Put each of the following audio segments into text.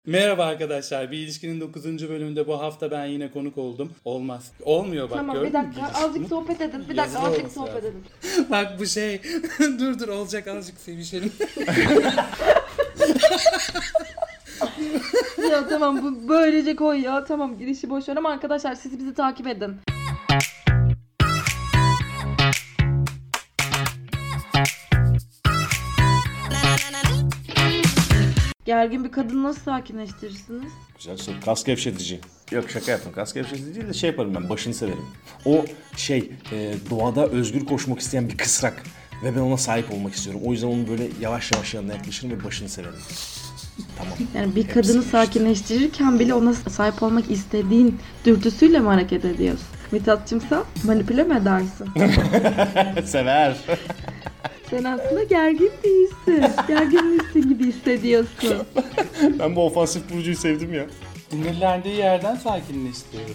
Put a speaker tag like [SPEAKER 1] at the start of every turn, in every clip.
[SPEAKER 1] Merhaba arkadaşlar. Bir ilişkinin 9. bölümünde bu hafta ben yine konuk oldum. Olmaz. Olmuyor bak,
[SPEAKER 2] tamam,
[SPEAKER 1] gördün
[SPEAKER 2] bir
[SPEAKER 1] mü?
[SPEAKER 2] dakika azıcık sohbet edin. Bir dakika azıcık sohbet edin.
[SPEAKER 1] Bak bu şey. dur olacak, azıcık sevişelim.
[SPEAKER 2] Ya tamam, bu böylece koy ya. Tamam, girişi boş ver ama arkadaşlar siz bizi takip edin. Gergin bir kadını nasıl sakinleştirirsiniz?
[SPEAKER 3] Güzel soru. Kas gevşetici. Yok şaka yaptım. Kas gevşetici değil de şey yaparım ben. Başını severim. O doğada özgür koşmak isteyen bir kısrak. Ve ben ona sahip olmak istiyorum. O yüzden onu böyle yavaş yavaş yanına yaklaşırım ve başını severim. Tamam.
[SPEAKER 2] Yani bir kadını sakinleştirirken bile ona sahip olmak istediğin dürtüsüyle mi hareket ediyorsun? Mithat'cığımsa manipüle mi edersin?
[SPEAKER 3] Sever.
[SPEAKER 2] Sen aslında gergin değilsin. Gerginmişsin gibi hissediyorsun.
[SPEAKER 3] Ben bu ofansif Burcu'yu sevdim ya.
[SPEAKER 1] Sinirlendiği yerden sakinleştiriyorum.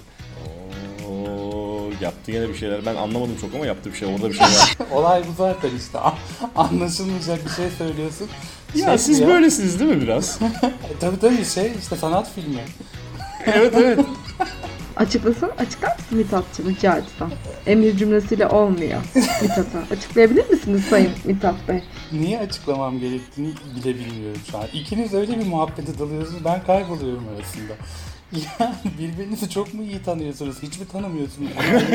[SPEAKER 3] Yaptı yine bir şeyler. Ben anlamadım çok ama yaptı bir şey. Orada bir şey var.
[SPEAKER 1] Olay bu zaten işte. Anlaşılmayacak bir şey söylüyorsun.
[SPEAKER 3] Ya siz böylesiniz değil mi biraz?
[SPEAKER 1] Tabii işte sanat filmi.
[SPEAKER 3] Evet.
[SPEAKER 2] Açıklar mısın Mithat'cığım rica etsem? Emir cümlesiyle olmuyor Mithat'a. Açıklayabilir misiniz Sayın Mithat Bey?
[SPEAKER 1] Niye açıklamam gerektiğini bile bilmiyorum şu an. İkiniz öyle bir muhabbete dalıyorsunuz, ben kayboluyorum arasında. Yani birbirinizi çok mu iyi tanıyorsunuz? Hiç mi tanımıyorsunuz?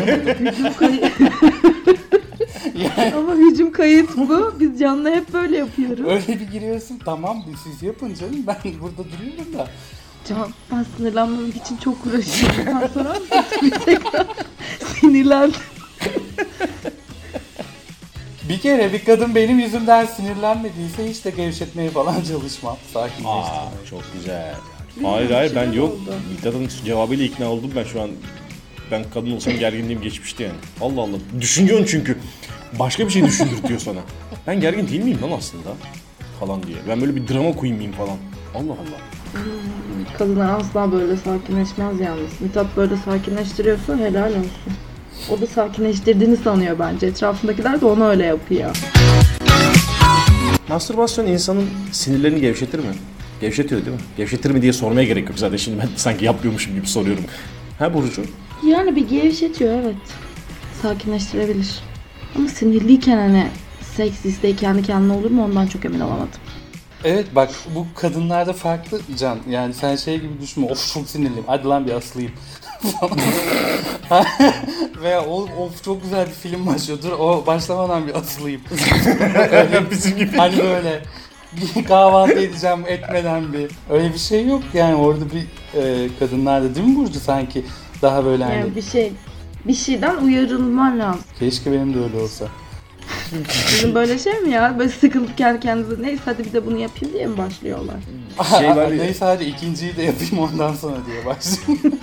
[SPEAKER 2] Yani... Ama hücum kayıt bu. Biz canlı hep böyle yapıyoruz.
[SPEAKER 1] Öyle bir giriyorsun, tamam siz yapın canım, ben burada duruyorum da.
[SPEAKER 2] Can, ben sinirlenmemek için çok uğraşıyorum. Ben sorar mısın? Tekrar sinirlendim.
[SPEAKER 1] Bir kere bir kadın benim yüzümden sinirlenmediyse hiç de gevşetmeye falan çalışmam. Sakinleştirmeye.
[SPEAKER 3] Çok güzel. Hayır ben yok. Mithat'ın cevabıyla ikna oldum ben şu an. Ben kadın olsam gerginliğim geçmişti yani. Allah Allah. Düşünüyorsun çünkü. Başka bir şey düşündürtüyor sana. Ben gergin değil miyim lan aslında? Falan diye. Ben böyle bir drama queen miyim falan. Allah Allah.
[SPEAKER 2] Kadına asla böyle sakinleşmez yalnız. Mithat böyle sakinleştiriyorsa helal olsun. O da sakinleştirdiğini sanıyor bence. Etrafındakiler de onu öyle yapıyor.
[SPEAKER 3] Mastürbasyon insanın sinirlerini gevşetir mi? Gevşetiyor değil mi? Gevşetir mi diye sormaya gerek yok zaten. Şimdi ben sanki yapıyormuşum gibi soruyorum. Ha Burcu?
[SPEAKER 2] Yani bir gevşetiyor, evet. Sakinleştirebilir. Ama sinirliyken hani seks isteği kendi kendine olur mu ondan çok emin olamadım.
[SPEAKER 1] Evet bak, bu kadınlarda farklı Can. Yani sen şey gibi düşünme, of çok sinirliyim, hadi lan bir asılayım. Veya of çok güzel bir film başlıyor, dur o başlamadan bir asılayım. Öyle bizim gibi. Hani böyle bir kahvaltı edeceğim etmeden bir. Öyle bir şey yok yani orada bir kadınlarda değil mi Burcu, sanki daha böyle hani.
[SPEAKER 2] Yani bir şeyden uyarılman lazım.
[SPEAKER 1] Keşke benim de öyle olsa.
[SPEAKER 2] Bizim böyle şey mi ya? Böyle sıkılırken kendinize neyse hadi bir de bunu yapayım diye mi başlıyorlar?
[SPEAKER 1] Neyse hadi ikinciyi de yapayım ondan sonra diye başlayayım.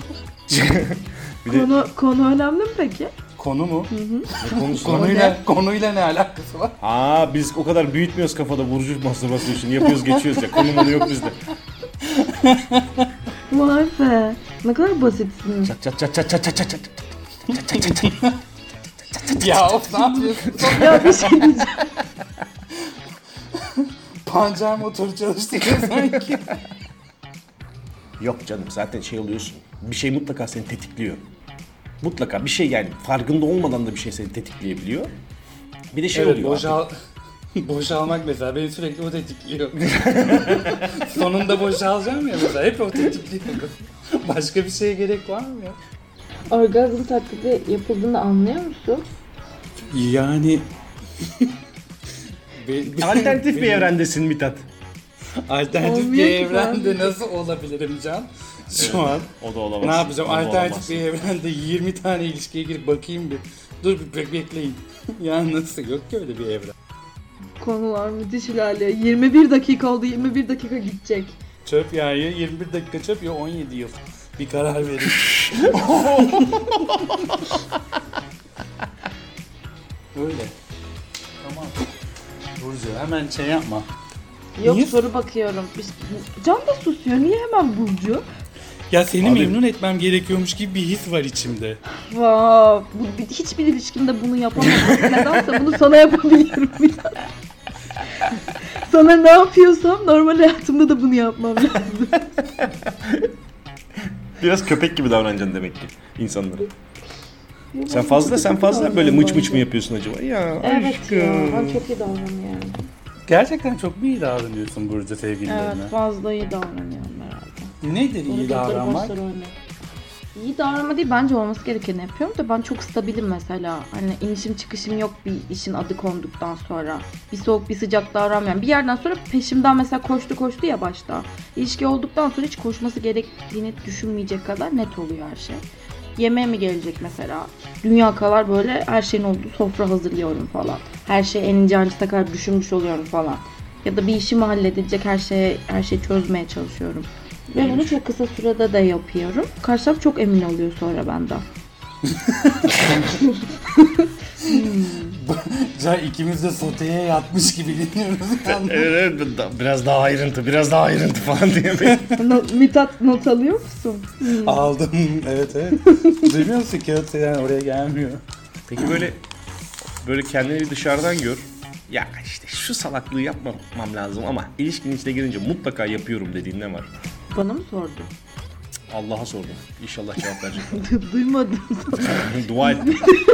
[SPEAKER 2] Konu önemli mi peki?
[SPEAKER 1] Konu mu?
[SPEAKER 2] Hı.
[SPEAKER 1] Konuyla ne alakası var?
[SPEAKER 3] Biz o kadar büyütmüyoruz kafada Burcu mastürbasyon işini. Yapıyoruz geçiyoruz ya. Konu yok bizde.
[SPEAKER 2] Vay be. Ne kadar basitsiniz.
[SPEAKER 3] Çat.
[SPEAKER 1] Ya of ne yapıyorsun?
[SPEAKER 2] Ya bir şey diyeceğim.
[SPEAKER 1] Pancar motoru çalıştırıyor sanki.
[SPEAKER 3] Yok canım zaten şey oluyorsun. Bir şey mutlaka seni tetikliyor. Mutlaka bir şey yani farkında olmadan da bir şey seni tetikleyebiliyor. Bir de şey oluyor.
[SPEAKER 1] Boşalmak mesela beni sürekli o tetikliyor. Sonunda boşalacağım ya mesela, hep o tetikliyor. Başka bir şeye gerek var mı ya?
[SPEAKER 2] Orgazm taklidi yapıldığını anlıyor musun?
[SPEAKER 1] Yani...
[SPEAKER 3] Alternatif bir evrendesin Mithat.
[SPEAKER 1] Alternatif
[SPEAKER 2] Olmuyor
[SPEAKER 1] bir
[SPEAKER 2] ki
[SPEAKER 1] evrende
[SPEAKER 2] zaten.
[SPEAKER 1] nasıl olabilirim Can? Şu an.
[SPEAKER 3] O da olamaz.
[SPEAKER 1] Ne yapacağım?
[SPEAKER 3] O da
[SPEAKER 1] Alternatif
[SPEAKER 3] olamaz.
[SPEAKER 1] bir evrende 20 tane ilişkiye girip bakayım bir. Dur bir bekleyin. Ya nasıl? Yok ki öyle bir evren.
[SPEAKER 2] Konular müthiş ilerliyor. 21 dakika oldu. 21 dakika gidecek.
[SPEAKER 1] Çöp ya 21 dakika çöp ya 17 yıl. Bir karar verin. Öyle. Tamam. Burcu hemen şey yapma.
[SPEAKER 2] Yok
[SPEAKER 1] Niye?
[SPEAKER 2] soru bakıyorum. Can da susuyor. Niye hemen Burcu?
[SPEAKER 1] Ya seni
[SPEAKER 3] Abi-
[SPEAKER 1] memnun etmem gerekiyormuş gibi bir his var içimde.
[SPEAKER 2] Vav. Hiçbir ilişkimde bunu yapamadım. Nedense bunu sana yapabiliyorum. sana ne yapıyorsam normal hayatımda da bunu yapmam lazım.
[SPEAKER 3] Biraz köpek gibi davranacaksın demek ki insanlara. Sen fazla böyle mıç mıç mı yapıyorsun acaba? Ya
[SPEAKER 2] Evet
[SPEAKER 3] aşkım.
[SPEAKER 2] ya, ben çok iyi davranıyorum.
[SPEAKER 1] Gerçekten çok mu iyi davranıyorsun Burcu sevgililerine?
[SPEAKER 2] Evet, fazla iyi davranıyorum herhalde.
[SPEAKER 1] Nedir iyi
[SPEAKER 2] Onu
[SPEAKER 1] davranmak?
[SPEAKER 2] İyi davranma değil, bence olması gerekeni yapıyorum da ben çok stabilim mesela. Hani inişim çıkışım yok bir işin adı konduktan sonra. Bir soğuk bir sıcak davranmıyorum. Bir yerden sonra peşimden mesela koştu ya başta. İlişki olduktan sonra hiç koşması gerektiğini düşünmeyecek kadar net oluyor her şey. Yemeğe mi gelecek mesela? Dünya kadar böyle her şeyin olduğu sofra hazırlıyorum falan. Her şeyi en ince ayrıntısına kadar düşünmüş oluyorum falan. Ya da bir işimi halledilecek her şeyi çözmeye çalışıyorum. Ve bunu çok kısa sürede de yapıyorum. Karşı taraf çok emin oluyor sonra benden.
[SPEAKER 1] Can ikimiz de soteye yatmış gibi dinliyoruz.
[SPEAKER 3] Evet, biraz daha ayrıntı falan diye.
[SPEAKER 2] Mithat not alıyor musun?
[SPEAKER 1] Aldım. Evet. Duymuyor musun? Kağıt yani oraya gelmiyor.
[SPEAKER 3] Peki böyle kendini bir dışarıdan gör. Ya işte şu salaklığı yapmamam lazım ama ilişkinin içine girince mutlaka yapıyorum dediğin ne var?
[SPEAKER 2] Bana mı sordun?
[SPEAKER 3] Allah'a sordum. İnşallah cevap verecek.
[SPEAKER 2] Duymadım.
[SPEAKER 3] Dua ettim.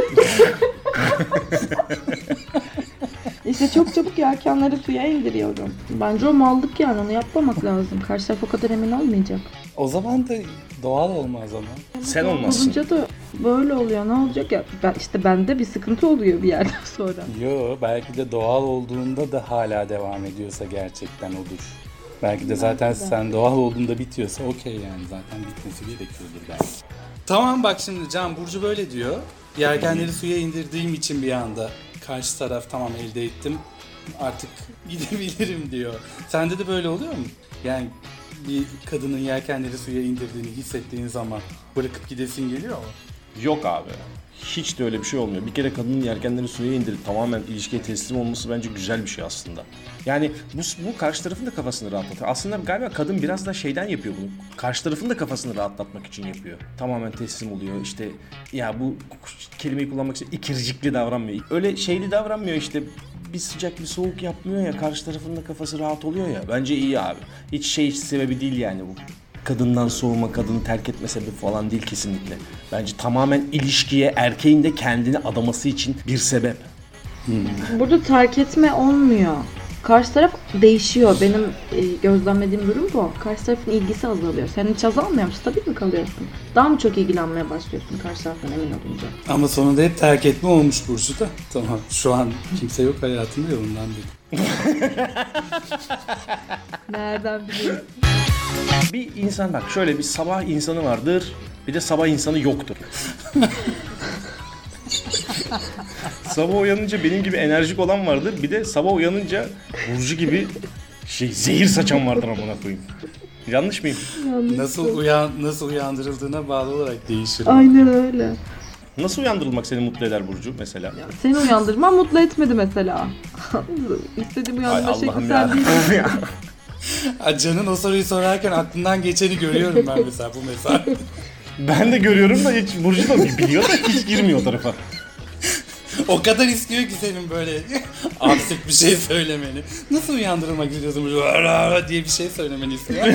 [SPEAKER 2] İşte çok çabuk yelkenleri suya indiriyorum. Bence o mallık yani, onu yapmamak lazım. Karşı taraf o kadar emin olmayacak.
[SPEAKER 1] O zaman da doğal olmaz ama.
[SPEAKER 3] Sen olmazsın.
[SPEAKER 2] Olunca da böyle oluyor. Ne olacak ya? Bende bir sıkıntı oluyor bir yerden sonra.
[SPEAKER 1] Yo, belki de doğal olduğunda da hala devam ediyorsa gerçekten odur. Belki de zaten sen doğal olduğunda bitiyorsa okey yani, zaten bitmesi gerekiyordur belki. Tamam bak şimdi Can, Burcu böyle diyor. Yelkenleri suya indirdiğim için bir anda karşı taraf tamam elde ettim artık gidebilirim diyor. Sende de böyle oluyor mu? Yani bir kadının yelkenleri suya indirdiğini hissettiğin zaman bırakıp gidesin geliyor mu?
[SPEAKER 3] Yok abi. Hiç de öyle bir şey olmuyor. Bir kere kadının yelkenleri suya indirip tamamen ilişkiye teslim olması bence güzel bir şey aslında. Yani bu karşı tarafın da kafasını rahatlatıyor. Aslında galiba kadın biraz da şeyden yapıyor bunu. Karşı tarafın da kafasını rahatlatmak için yapıyor. Tamamen teslim oluyor. İşte ya bu kelimeyi kullanmak için ikircikli davranmıyor. Öyle şeyli davranmıyor işte. Bir sıcak bir soğuk yapmıyor ya, karşı tarafın da kafası rahat oluyor ya. Bence iyi abi. Hiç sebebi değil yani bu. Kadından soğuma, kadını terk etme sebebi falan değil kesinlikle. Bence tamamen ilişkiye erkeğin de kendini adaması için bir sebep.
[SPEAKER 2] Burada terk etme olmuyor. Karşı taraf değişiyor. Benim gözlemlediğim durum bu. Karşı tarafın ilgisi azalıyor. Sen hiç azalmıyor musun? Stabil mi kalıyorsun? Daha mı çok ilgilenmeye başlıyorsun karşı taraftan emin olunca?
[SPEAKER 1] Ama sonunda hep terk etme olmuş Burcu da. Tamam, şu an kimse yok hayatında ya, ondan değil.
[SPEAKER 2] Nereden biliyorsun?
[SPEAKER 3] Bir insan bak, şöyle bir sabah insanı vardır, bir de sabah insanı yoktur. Sabah uyanınca benim gibi enerjik olan vardır, bir de sabah uyanınca Burcu gibi zehir saçan vardır amına koyayım. Yanlış mıyım?
[SPEAKER 1] Nasıl uyandırıldığına bağlı olarak değişir.
[SPEAKER 2] Aynen öyle.
[SPEAKER 3] Nasıl uyandırılmak seni mutlu eder Burcu mesela?
[SPEAKER 2] Ya, seni uyandırman mutlu etmedi mesela. İstediğim
[SPEAKER 3] Ay
[SPEAKER 2] uyandırma şekli
[SPEAKER 3] Allah'ım
[SPEAKER 2] sen değilsin.
[SPEAKER 3] ya.
[SPEAKER 1] Can'ın o soruyu sorarken aklından geçeni görüyorum ben mesela bu mesela.
[SPEAKER 3] Ben de görüyorum da hiç Burcu da biliyor da hiç girmiyor o tarafa.
[SPEAKER 1] O kadar istiyor ki senin böyle absürt bir şey söylemeni. Nasıl uyandırılmak istiyorsun Burcu? Diye bir şey söylemeni istiyor.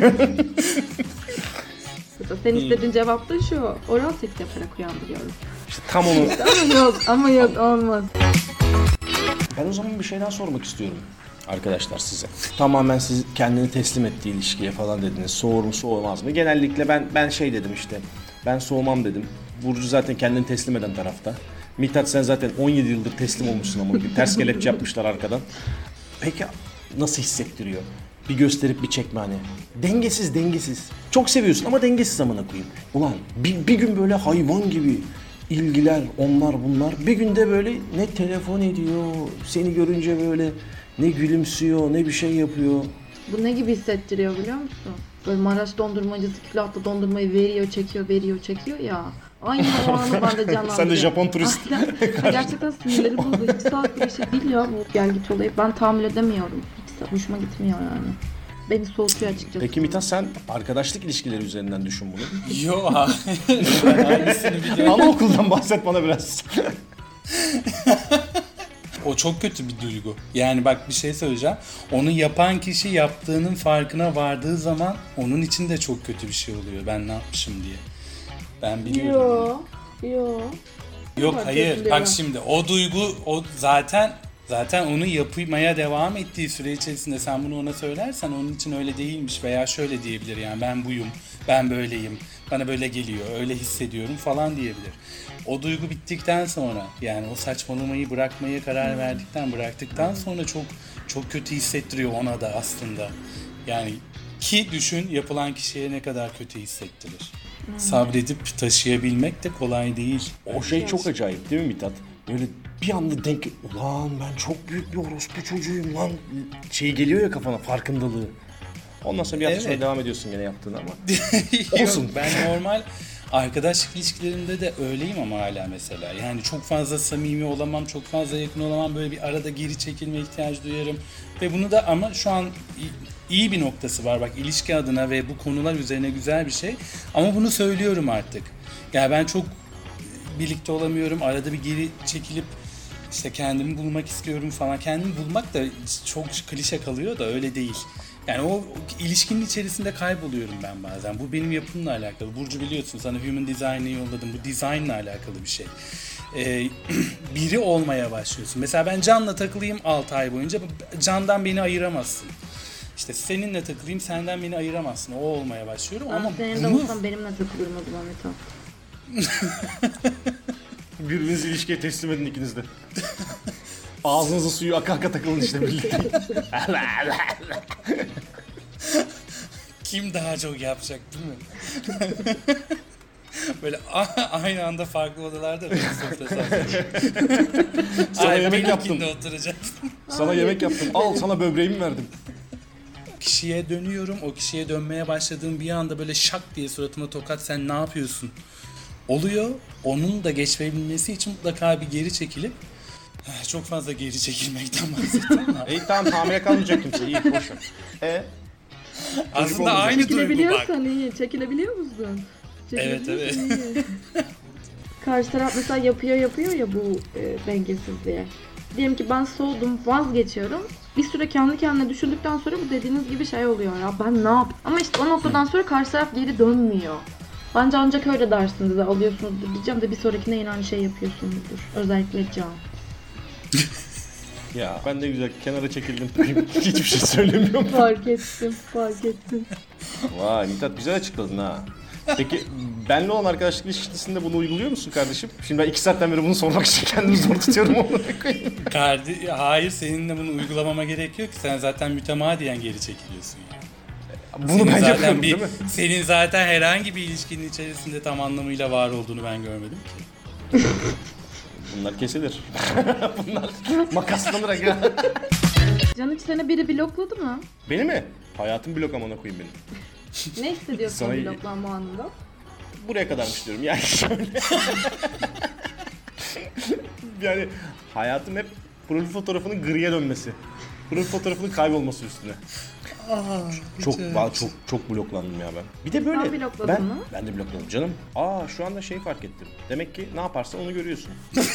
[SPEAKER 2] Sen istediğin cevap da şu. Oral seks yaparak uyandırıyorum.
[SPEAKER 3] İşte tam onu.
[SPEAKER 2] Ama yok olmaz.
[SPEAKER 3] Ben o zaman bir şey daha sormak istiyorum arkadaşlar size. Tamamen siz kendini teslim ettiği ilişkiye falan dediniz. Soğur mu soğumaz mı? Genellikle ben şey dedim işte. Ben soğumam dedim. Burcu zaten kendini teslim eden tarafta. Mithat sen zaten 17 yıldır teslim olmuşsun ama bir ters kelepçe yapmışlar arkadan. Peki nasıl hissettiriyor? Bir gösterip bir çekme hani. Dengesiz. Çok seviyorsun ama dengesiz amına koyayım. Ulan bir gün böyle hayvan gibi ilgiler, onlar bunlar. Bir günde böyle ne telefon ediyor, seni görünce böyle ne gülümsüyor, ne bir şey yapıyor.
[SPEAKER 2] Bu ne gibi hissettiriyor biliyor musun? Böyle Maraş dondurmacısı külahta dondurmayı veriyor çekiyor ya. Aynı o anı ben de canlandırıyorum.
[SPEAKER 3] Sen de Japon turist.
[SPEAKER 2] Gerçekten sinirleri bozdu. Hiç sağlıklı bir şey değil ya bu gel git olayı. Ben tahammül edemiyorum. Hiç hoşuma gitmiyor yani. Beni soğutuyor açıkçası.
[SPEAKER 3] Peki Mithat sen arkadaşlık ilişkileri üzerinden düşün bunu.
[SPEAKER 1] Yo ben aynısını biliyorum.
[SPEAKER 3] Anaokuldan bahset bana biraz.
[SPEAKER 1] O çok kötü bir duygu. Yani bak bir şey söyleyeceğim. Onu yapan kişi yaptığının farkına vardığı zaman onun için de çok kötü bir şey oluyor. Ben ne yapmışım diye. Ben biliyorum. Yok hayır. Bak şimdi o duygu o zaten onu yapmaya devam ettiği süre içerisinde sen bunu ona söylersen onun için öyle değilmiş veya şöyle diyebilir yani ben buyum, ben böyleyim, bana böyle geliyor, öyle hissediyorum falan diyebilir. O duygu bittikten sonra yani o saçmalamayı bırakmaya karar bıraktıktan sonra çok kötü hissettiriyor ona da aslında. Yani ki düşün yapılan kişiye ne kadar kötü hissettirir. Sabredip taşıyabilmek de kolay değil.
[SPEAKER 3] O şey çok acayip değil mi Mithat? Böyle bir anda denk... Ulan ben çok büyük bir orospu çocuğuyum lan. Şey geliyor ya kafana farkındalığı. Ondan sonra bir hafta sonra devam ediyorsun gene yaptığını ama. Olsun.
[SPEAKER 1] Yok, ben normal arkadaşlık ilişkilerimde de öyleyim ama hala mesela. Yani çok fazla samimi olamam, çok fazla yakın olamam. Böyle bir arada geri çekilme ihtiyacı duyarım. Ve bunu da ama şu an iyi bir noktası var. Bak ilişki adına ve bu konular üzerine güzel bir şey. Ama bunu söylüyorum artık. Yani ben çok birlikte olamıyorum. Arada bir geri çekilip işte kendimi bulmak istiyorum falan. Kendimi bulmak da çok klişe kalıyor da öyle değil. Yani o ilişkinin içerisinde kayboluyorum ben bazen. Bu benim yapımla alakalı. Burcu biliyorsun sana Human Design'ı yolladım. Bu design'la alakalı bir şey. Biri olmaya başlıyorsun. Mesela ben Can'la takılayım 6 ay boyunca. Can'dan beni ayıramazsın. İşte seninle takılayım senden beni ayıramazsın. O olmaya başlıyorum ama
[SPEAKER 2] senin de olsan benimle takılıyorum o zaman Mithat.
[SPEAKER 3] Birbirinizi ilişkiye teslim edin ikiniz de. Ağzınızın suyu aka aka takılın işte birlikte.
[SPEAKER 1] Kim daha çok yapacak değil mi? Böyle aynı anda farklı odalarda
[SPEAKER 3] Sana yemek yaptım.
[SPEAKER 1] Oturacaksın.
[SPEAKER 3] Sana yemek yaptım. Al sana böbreğimi verdim.
[SPEAKER 1] Kişiye dönüyorum. O kişiye dönmeye başladığım bir anda böyle şak diye suratıma tokat sen ne yapıyorsun? Oluyor. Onun da geçmeyebilmesi için mutlaka bir geri çekilip çok fazla geri çekilmekten bahsettim ama.
[SPEAKER 3] İyi tamam hamile kalmayacak kimse. İyi boş ver.
[SPEAKER 1] Aslında aynı duygu bak.
[SPEAKER 2] Çekilebiliyorsan iyi. Çekilebiliyor musun?
[SPEAKER 1] Evet.
[SPEAKER 2] İyi. Karşı taraf mesela yapıyor ya bu dengesizliği. Diyelim ki ben soğudum, vazgeçiyorum. Bir süre kendi kendine düşündükten sonra bu dediğiniz gibi şey oluyor ya ben ne yaptım? Ama işte o noktadan sonra karşı taraf geri dönmüyor. Bence ancak öyle dersiniz alıyorsunuzdur diyeceğim de bir sonrakine yine aynı şey yapıyorsunuzdur. Özellikle Can.
[SPEAKER 3] Ya ben de güzel kenara çekildim. Hiçbir şey söylemiyorum.
[SPEAKER 2] Fark ettim.
[SPEAKER 3] Vay Mithat güzel açıkladın ha. Peki benle olan arkadaşlık ilişkisinde bunu uyguluyor musun kardeşim? Şimdi ben 2 saatten beri bunu sormak için kendimi zor tutuyorum onu.
[SPEAKER 1] Hayır seninle bunu uygulamama gerek yok ki sen zaten mütemadiyen geri çekiliyorsun yani.
[SPEAKER 3] Bunu ben yapıyorum değil mi?
[SPEAKER 1] Senin zaten herhangi bir ilişkinin içerisinde tam anlamıyla var olduğunu ben görmedim ki.
[SPEAKER 3] Bunlar kesilir. Bunlar makaslanır aga.
[SPEAKER 2] Can hiç seni biri blokladı mı?
[SPEAKER 3] Beni mi? Hayatım blok amına koyayım benim.
[SPEAKER 2] Ne hissediyorsun
[SPEAKER 3] Sana-
[SPEAKER 2] bloklanma anında?
[SPEAKER 3] Buraya kadarmış diyorum yani şöyle. Yani hayatım hep profil fotoğrafının griye dönmesi. Profil fotoğrafının kaybolması üstüne. Çok bloklandım ya ben. Bir de böyle
[SPEAKER 2] Sen blokladın mı?
[SPEAKER 3] Ben de blokladım canım. Şu anda şey fark ettim. Demek ki ne yaparsan onu görüyorsun.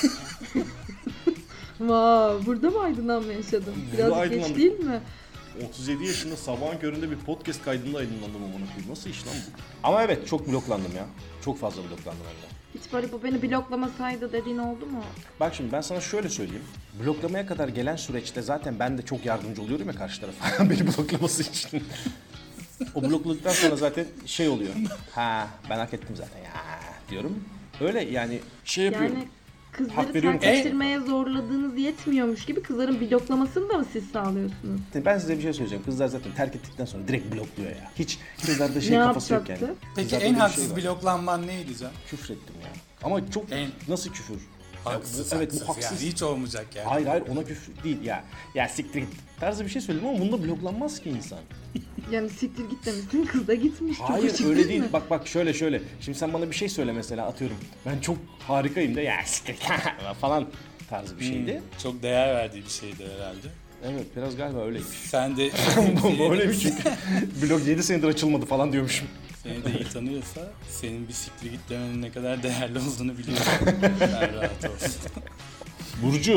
[SPEAKER 2] Burada mı aydınlanma yaşadın?
[SPEAKER 3] Burada
[SPEAKER 2] Biraz geç
[SPEAKER 3] aydınlandım.
[SPEAKER 2] değil mi?
[SPEAKER 3] 37 yaşında sabahın köründe bir podcast kaydında aydınlandım amına koyayım. Nasıl iş lan bu? Ama evet çok bloklandım ya. Çok fazla bloklandım hem de.
[SPEAKER 2] Hiç böyle bu beni bloklamasaydı dediğin oldu mu?
[SPEAKER 3] Bak şimdi ben sana şöyle söyleyeyim. Bloklamaya kadar gelen süreçte zaten ben de çok yardımcı oluyorum ya karşı tarafa beni bloklaması için. O blokladıktan sonra zaten şey oluyor. Ben hak ettim zaten ya diyorum. Öyle yani şey yapıyorum.
[SPEAKER 2] Yani kızları
[SPEAKER 3] Hak veriyorum.
[SPEAKER 2] sertleştirmeye zorladığınız yetmiyormuş gibi kızların bloklamasını da mı siz sağlıyorsunuz?
[SPEAKER 3] Ben size bir şey söyleyeceğim. Kızlar zaten terk ettikten sonra direkt blokluyor ya. Hiç kızlarda şey
[SPEAKER 2] Ne
[SPEAKER 3] kafası yok
[SPEAKER 2] yapacaktı?
[SPEAKER 3] yani.
[SPEAKER 1] Peki
[SPEAKER 3] Kızlarda
[SPEAKER 1] en
[SPEAKER 3] bir
[SPEAKER 1] haksız
[SPEAKER 3] şey var.
[SPEAKER 1] bloklanman neydi Can?
[SPEAKER 3] Küfrettim ya. Ama çok nasıl küfür?
[SPEAKER 1] Haksız,
[SPEAKER 3] Evet
[SPEAKER 1] haksız.
[SPEAKER 3] bu haksız.
[SPEAKER 1] Yani hiç olmayacak yani.
[SPEAKER 3] Hayır ona küfür değil ya. Ya siktir git tarzı bir şey söyledim ama bunda bloklanmaz ki insan.
[SPEAKER 2] Yani siktir git demişsin kız da gitmiş. Çok
[SPEAKER 3] Hayır
[SPEAKER 2] açık
[SPEAKER 3] öyle değil.
[SPEAKER 2] mi?
[SPEAKER 3] Bak şöyle. Şimdi sen bana bir şey söyle mesela atıyorum. Ben çok harikayım da ya siktir falan tarzı bir şeydi.
[SPEAKER 1] Çok değer verdiği bir şeydi herhalde.
[SPEAKER 3] Evet biraz galiba öyleymiş.
[SPEAKER 1] Sen de
[SPEAKER 3] Bu öyleymiş çünkü. Blog 7 senedir açılmadı falan diyormuşum.
[SPEAKER 1] seni de iyi tanıyorsa senin bir siktir git demenin ne kadar değerli olduğunu biliyorsun. Sen rahat olsun.
[SPEAKER 3] Burcu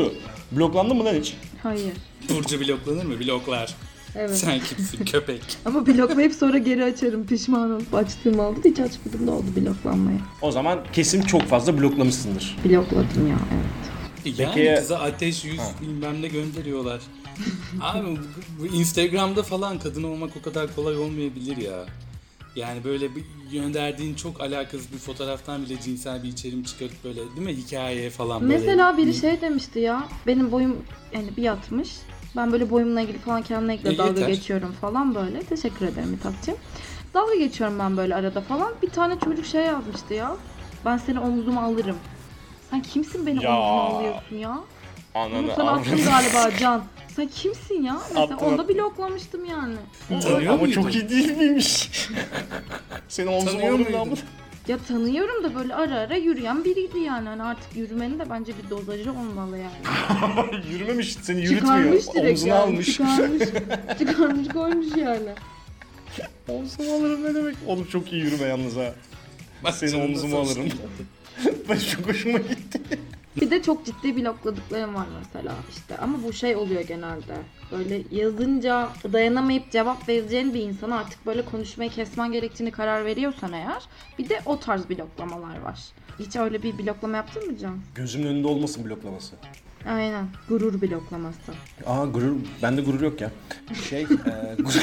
[SPEAKER 3] Bloklandın mı lan hiç?
[SPEAKER 2] Hayır.
[SPEAKER 1] Burcu bloklanır mı? Bloklar.
[SPEAKER 2] Evet.
[SPEAKER 1] Sen kimsin köpek?
[SPEAKER 2] Ama bloklayıp sonra geri açarım. Pişman olup açtığım oldu. Hiç açmadım da oldu bloklanmaya.
[SPEAKER 3] O zaman kesin çok fazla bloklamışsındır.
[SPEAKER 2] Blokladım ya, evet.
[SPEAKER 1] Yani
[SPEAKER 3] Peki-
[SPEAKER 1] kıza ateş yüz bilmem ne gönderiyorlar. Abi bu Instagram'da falan kadın olmak o kadar kolay olmayabilir ya. Yani böyle bir gönderdiğin çok alakasız bir fotoğraftan bile cinsel bir içerim çıkarıp böyle değil mi hikayeye falan böyle.
[SPEAKER 2] Mesela biri şey demişti ya. Benim boyum yani bir yatmış. Ben böyle boyumla ilgili falan kendimle dalga
[SPEAKER 1] yeter.
[SPEAKER 2] geçiyorum falan böyle. Teşekkür ederim Mithat'cığım. Dalga geçiyorum ben böyle arada falan. Bir tane çocuk şey yazmıştı ya. Ben seni omzuma alırım. Sen kimsin beni
[SPEAKER 3] Ya.
[SPEAKER 2] omzuma alıyorsun ya? Bunu
[SPEAKER 3] Ananı
[SPEAKER 2] sana attım galiba Can. Sen kimsin ya? Mesela
[SPEAKER 3] Attım,
[SPEAKER 2] onu da
[SPEAKER 3] attım.
[SPEAKER 2] bloklamıştım yani.
[SPEAKER 1] Tanıyor
[SPEAKER 3] Ama
[SPEAKER 1] muydun?
[SPEAKER 3] çok iyi değil miymiş? Seni omzuma
[SPEAKER 1] Tanıyor
[SPEAKER 3] alırım
[SPEAKER 1] muydun?
[SPEAKER 3] lan.
[SPEAKER 2] Ya tanıyorum da böyle ara ara yürüyen biriydi yani. Hani artık yürümenin de bence bir dozajı olmalı yani.
[SPEAKER 3] Yürümemiş, seni yürütmüyor.
[SPEAKER 2] Çıkarmış direkt
[SPEAKER 3] Omzuna
[SPEAKER 2] yani.
[SPEAKER 3] almış.
[SPEAKER 2] Çıkarmış koymuş yani.
[SPEAKER 3] Omzuma alırım ne demek? Oğlum çok iyi yürüme yalnız ha.
[SPEAKER 1] Bak
[SPEAKER 3] Seni
[SPEAKER 1] canım
[SPEAKER 3] omzuma
[SPEAKER 1] nasıl
[SPEAKER 3] alırım.
[SPEAKER 1] hoşuma gitti.
[SPEAKER 3] Ben çok hoşuma gitti.
[SPEAKER 2] Bir de çok ciddi blokladıklarım var mesela işte. Ama bu şey oluyor genelde. Böyle yazınca dayanamayıp cevap vereceğin bir insana artık böyle konuşmayı kesmen gerektiğini karar veriyorsan eğer. Bir de o tarz bloklamalar var. Hiç öyle bir bloklama yaptın mı Can?
[SPEAKER 3] Gözümün önünde olmasın bloklaması.
[SPEAKER 2] Aynen. Gurur bloklaması.
[SPEAKER 3] Aa gurur, bende gurur yok ya. Gurur.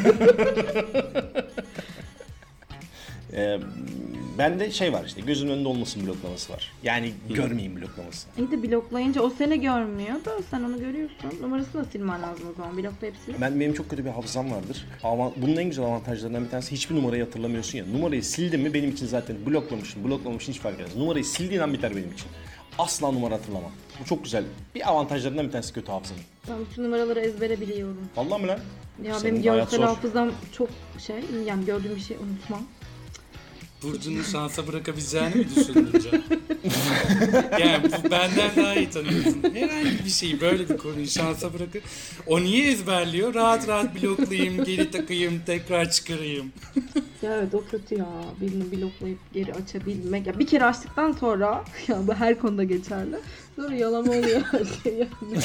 [SPEAKER 3] Bende şey var işte, gözümün önünde olmasın bloklaması var. Yani görmeyeyim bloklaması.
[SPEAKER 2] İyi de bloklayınca o seni görmüyor da sen onu görüyorsun. Numarasını da silmen lazım o zaman. Bloklayıp sil.
[SPEAKER 3] Benim çok kötü bir hafızam vardır. Ama bunun en güzel avantajlarından bir tanesi hiçbir numarayı hatırlamıyorsun ya. Numarayı sildim mi benim için zaten bloklamışım hiç fark etmez. Numarayı sildiğin an biter benim için. Asla numara hatırlamam. Bu çok güzel. Bir avantajlarından bir tanesi kötü hafızanın.
[SPEAKER 2] Ben bütün numaraları ezbere biliyorum.
[SPEAKER 3] Vallahi mi lan?
[SPEAKER 2] Ya
[SPEAKER 3] Senin
[SPEAKER 2] benim
[SPEAKER 3] hayat
[SPEAKER 2] görsel
[SPEAKER 3] zor.
[SPEAKER 2] hafızam çok şey. Yani gördüğüm bir şey unutmam.
[SPEAKER 1] Burcu'nun şansa bırakabileceğini mi düşündün Can? Yani bu benden daha iyi tanıyorsun. Herhangi bir şeyi böyle bir konuyu şansa bırakıp o niye ezberliyor? Rahat rahat bloklayayım, geri takayım, tekrar çıkarayım.
[SPEAKER 2] Ya evet o kötü ya. Birini bloklayıp geri açabilmek. Ya bir kere açtıktan sonra ya bu her konuda geçerli. Sonra yalama oluyor her şey yani.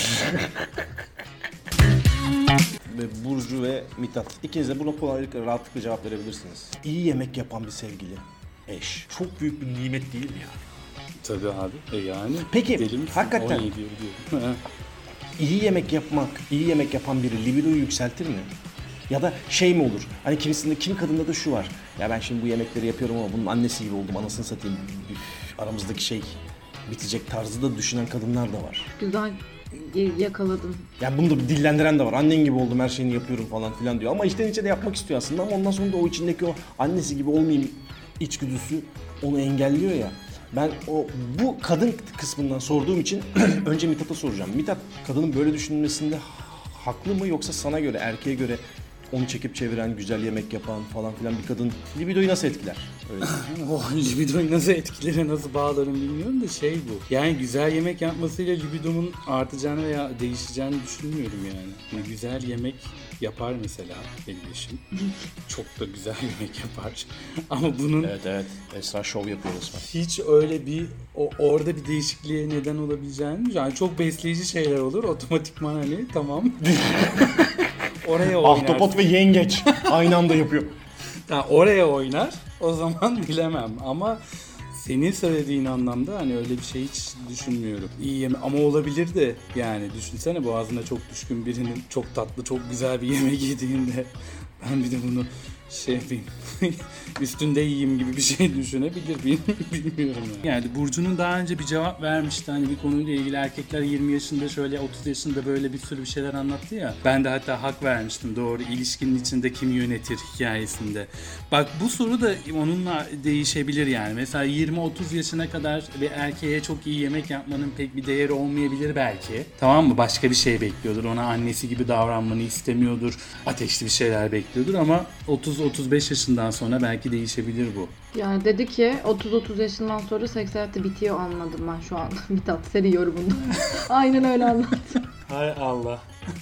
[SPEAKER 3] Ve Burcu ve Mithat. İkiniz de buna kolaylıkla rahatlıkla cevap verebilirsiniz. İyi yemek yapan bir sevgili, eş. Çok büyük bir nimet değil mi ya?
[SPEAKER 1] Tabii abi. Yani.
[SPEAKER 3] Peki,
[SPEAKER 1] deli misin?
[SPEAKER 3] hakikaten.
[SPEAKER 1] 17 diyor.
[SPEAKER 3] İyi yemek yapmak, iyi yemek yapan biri libidoyu yükseltir mi? Ya da şey mi olur? Hani kimi kadında da şu var. Ya ben şimdi bu yemekleri yapıyorum ama bunun annesi gibi oldum. Anasını satayım. Üf, aramızdaki şey bitecek tarzı da düşünen kadınlar da var.
[SPEAKER 2] Güzel yakaladın.
[SPEAKER 3] Yani bunu da bir dillendiren de var. Annen gibi oldum, her şeyini yapıyorum falan filan diyor. Ama içten içe de yapmak istiyor aslında. Ama ondan sonra da o içindeki o annesi gibi olmayayım içgüdüsü onu engelliyor ya. Ben bu kadın kısmından sorduğum için önce Mithat'a soracağım. Mithat, kadının böyle düşünmesinde haklı mı, yoksa sana göre, erkeğe göre onu çekip çeviren, güzel yemek yapan falan filan bir kadın libidoyu nasıl etkiler? Öyle.
[SPEAKER 1] Oh, libidoyu nasıl etkileri, nasıl bağlarım bilmiyorum da şey bu. Yani güzel yemek yapmasıyla libidomun artacağını veya değişeceğini düşünmüyorum yani. Yani güzel yemek yapar mesela benim eşim. Çok da güzel yemek yapar. Ama bunun
[SPEAKER 3] Evet. Esra şov yapıyor resmen.
[SPEAKER 1] hiç öyle bir orada bir değişikliğe neden olabileceğini, yani çok besleyici şeyler olur otomatikman hani tamam. Oraya oynar.
[SPEAKER 3] Ahtapot ve yengeç aynı anda yapıyor.
[SPEAKER 1] Yani oraya oynar. O zaman bilemem ama senin söylediğin anlamda hani öyle bir şey hiç düşünmüyorum. İyi yeme ama olabilir de yani düşünsene boğazına çok düşkün birinin çok tatlı çok güzel bir yemek yediğinde ben bir de bunu şey yapayım üstünde yiyeyim gibi bir şey düşünebilir bilmiyorum yani. Yani Burcu'nun daha önce bir cevap vermişti hani bir konuyla ilgili, erkekler 20 yaşında şöyle 30 yaşında böyle bir sürü bir şeyler anlattı ya. Ben de hatta hak vermiştim, doğru, ilişkinin içinde kim yönetir hikayesinde. Bak bu soru da onunla değişebilir yani. Mesela 20-30 yaşına kadar bir erkeğe çok iyi yemek yapmanın pek bir değeri olmayabilir belki. Tamam mı? Başka bir şey bekliyordur. Ona annesi gibi davranmanı istemiyordur. Ateşli bir şeyler bekliyordur ama 30-35 yaşından sonra belki değişebilir bu.
[SPEAKER 2] Yani dedi ki 30-30 yaşından sonra seks hayatı bitiyor, anladım ben şu an. Mithat seni yorumunda. Aynen öyle anlattım.
[SPEAKER 1] Hay Allah.